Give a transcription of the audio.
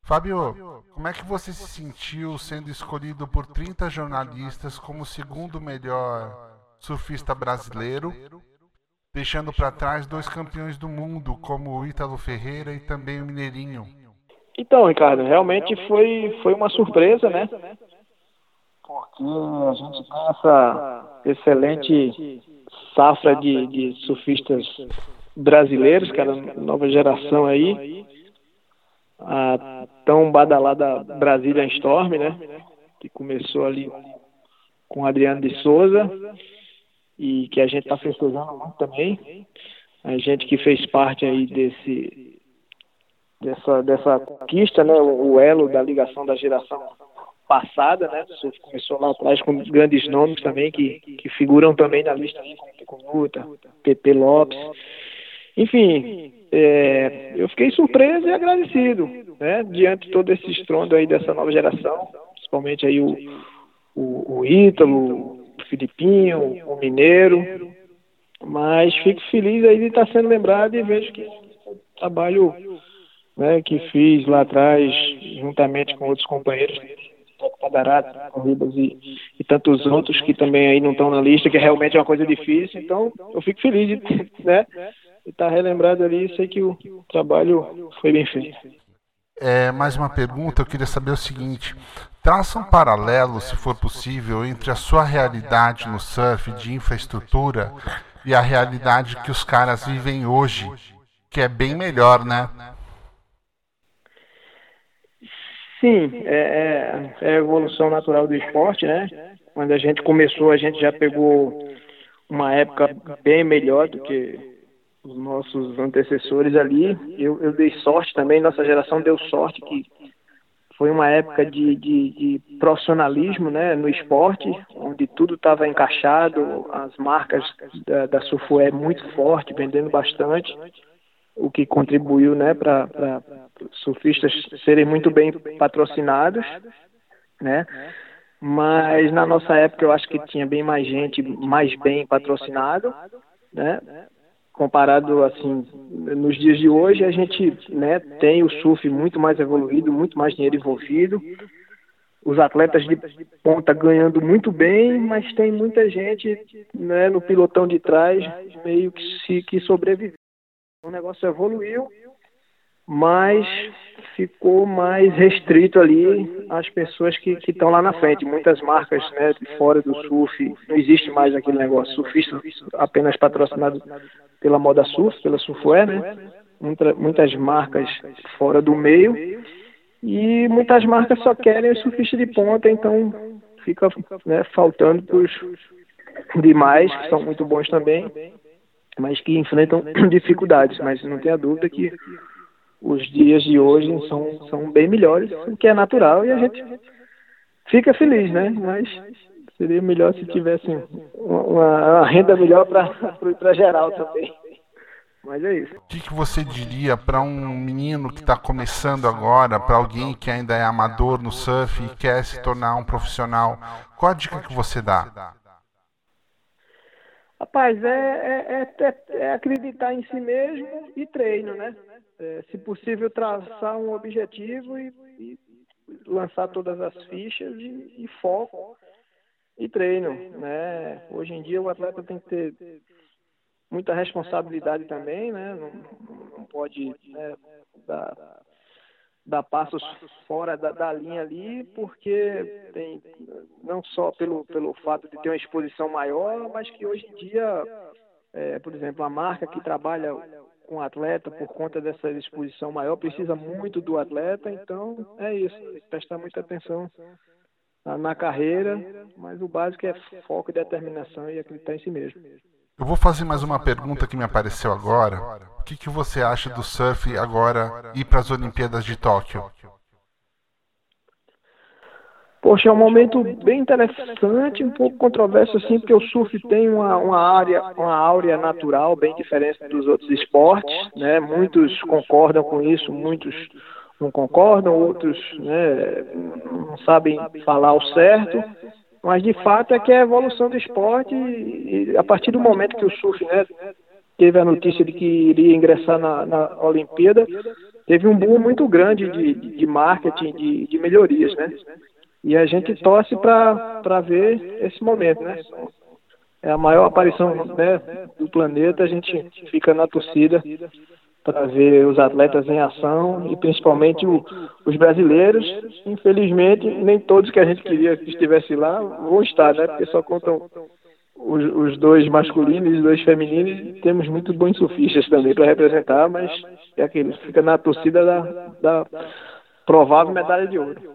Fábio, como é que você se sentiu sendo escolhido por 30 jornalistas como o segundo melhor surfista brasileiro, deixando para trás dois campeões do mundo, como o Ítalo Ferreira e também o Mineirinho? Então, Ricardo, realmente foi uma surpresa, né? Porque a gente tem essa excelente safra de surfistas brasileiros, cara, nova geração aí, a tão badalada Brazilian Storm, né? Que começou ali com Adriano de Souza e que a gente está festejando muito também. A gente que fez parte aí dessa conquista, né? O elo da ligação da geração passada, né? O surf começou lá atrás com grandes nomes também que figuram também na lista aí, como Pico Nuta, Pepe Lopes. Enfim, eu fiquei surpreso e agradecido, né? Diante de todo esse estrondo aí dessa nova geração, principalmente aí o Ítalo, o Filipinho, o Mineiro, mas fico feliz aí de estar sendo lembrado e vejo que o trabalho, né, que fiz lá atrás, juntamente com outros companheiros, Padarata, Corridas e tantos outros que também aí não estão na lista, que realmente é uma coisa difícil. Então, eu fico feliz de, né, de estar relembrado ali e sei que o trabalho foi bem feito. Mais uma pergunta, eu queria saber o seguinte: traça um paralelo, se for possível, entre a sua realidade no surf de infraestrutura e a realidade que os caras vivem hoje, que é bem melhor, né? Sim, é a evolução natural do esporte, né? Quando a gente começou, a gente já pegou uma época bem melhor do que os nossos antecessores ali. Eu dei sorte também, nossa geração deu sorte que foi uma época de profissionalismo, né, no esporte, onde tudo estava encaixado, as marcas da Surfware muito forte, vendendo bastante, o que contribuiu, né, para surfistas serem muito bem patrocinados, né? Mas na nossa época eu acho que tinha bem mais gente mais bem patrocinado, né? Comparado assim, nos dias de hoje a gente, né, tem o surf muito mais evoluído, muito mais dinheiro envolvido, os atletas de ponta ganhando muito bem, mas tem muita gente, né, no pilotão de trás meio que sobrevive. O negócio evoluiu, mas ficou mais restrito ali às pessoas que estão lá na frente. Muitas marcas, né, de fora do surf, não existe mais aquele negócio. Surfista apenas patrocinado pela Moda Surf, pela Surfwear, né? Muitas marcas fora do meio e muitas marcas só querem os surfistas de ponta, então fica, né, faltando para os demais, que são muito bons também, mas que enfrentam dificuldades. Mas não tenha dúvida que os dias de hoje são bem melhores, o que é natural, e a gente fica feliz, né? Mas seria melhor se tivesse uma renda melhor para geral também. Mas é isso. O que você diria para um menino que está começando agora, para alguém que ainda é amador no surf e quer se tornar um profissional? Qual a dica que você dá? Rapaz, é acreditar em si mesmo e treino, né? Se possível, traçar um objetivo e lançar todas as fichas e foco e treino, né? Hoje em dia o atleta tem que ter muita responsabilidade também, né? Não pode, né, dar passos fora da linha ali, porque tem não só pelo fato de ter uma exposição maior, mas que hoje em dia, por exemplo, a marca que trabalha com o atleta por conta dessa exposição maior precisa muito do atleta, então é isso, prestar muita atenção na carreira, mas o básico é foco e determinação e acreditar em si mesmo. Eu vou fazer mais uma pergunta que me apareceu agora. O que você acha do surf agora ir para as Olimpíadas de Tóquio? Poxa, é um momento bem interessante, um pouco controverso assim, porque o surf tem uma áurea natural bem diferente dos outros esportes, né? Muitos concordam com isso, muitos não concordam, outros, né, não sabem falar ao certo, mas de fato é que é a evolução do esporte e a partir do momento que o surf, né, teve a notícia de que iria ingressar na Olimpíada, teve um boom muito grande de marketing, de melhorias, né? E a gente torce para ver esse momento, né? É a maior aparição, né, do planeta, a gente fica na torcida para ver os atletas em ação e principalmente os brasileiros. Infelizmente, nem todos que a gente queria que estivesse lá vão estar, né? Porque só contam os dois masculinos e os dois femininos. Temos muito bons surfistas também para representar, mas é aquele, fica na torcida da provável medalha de ouro.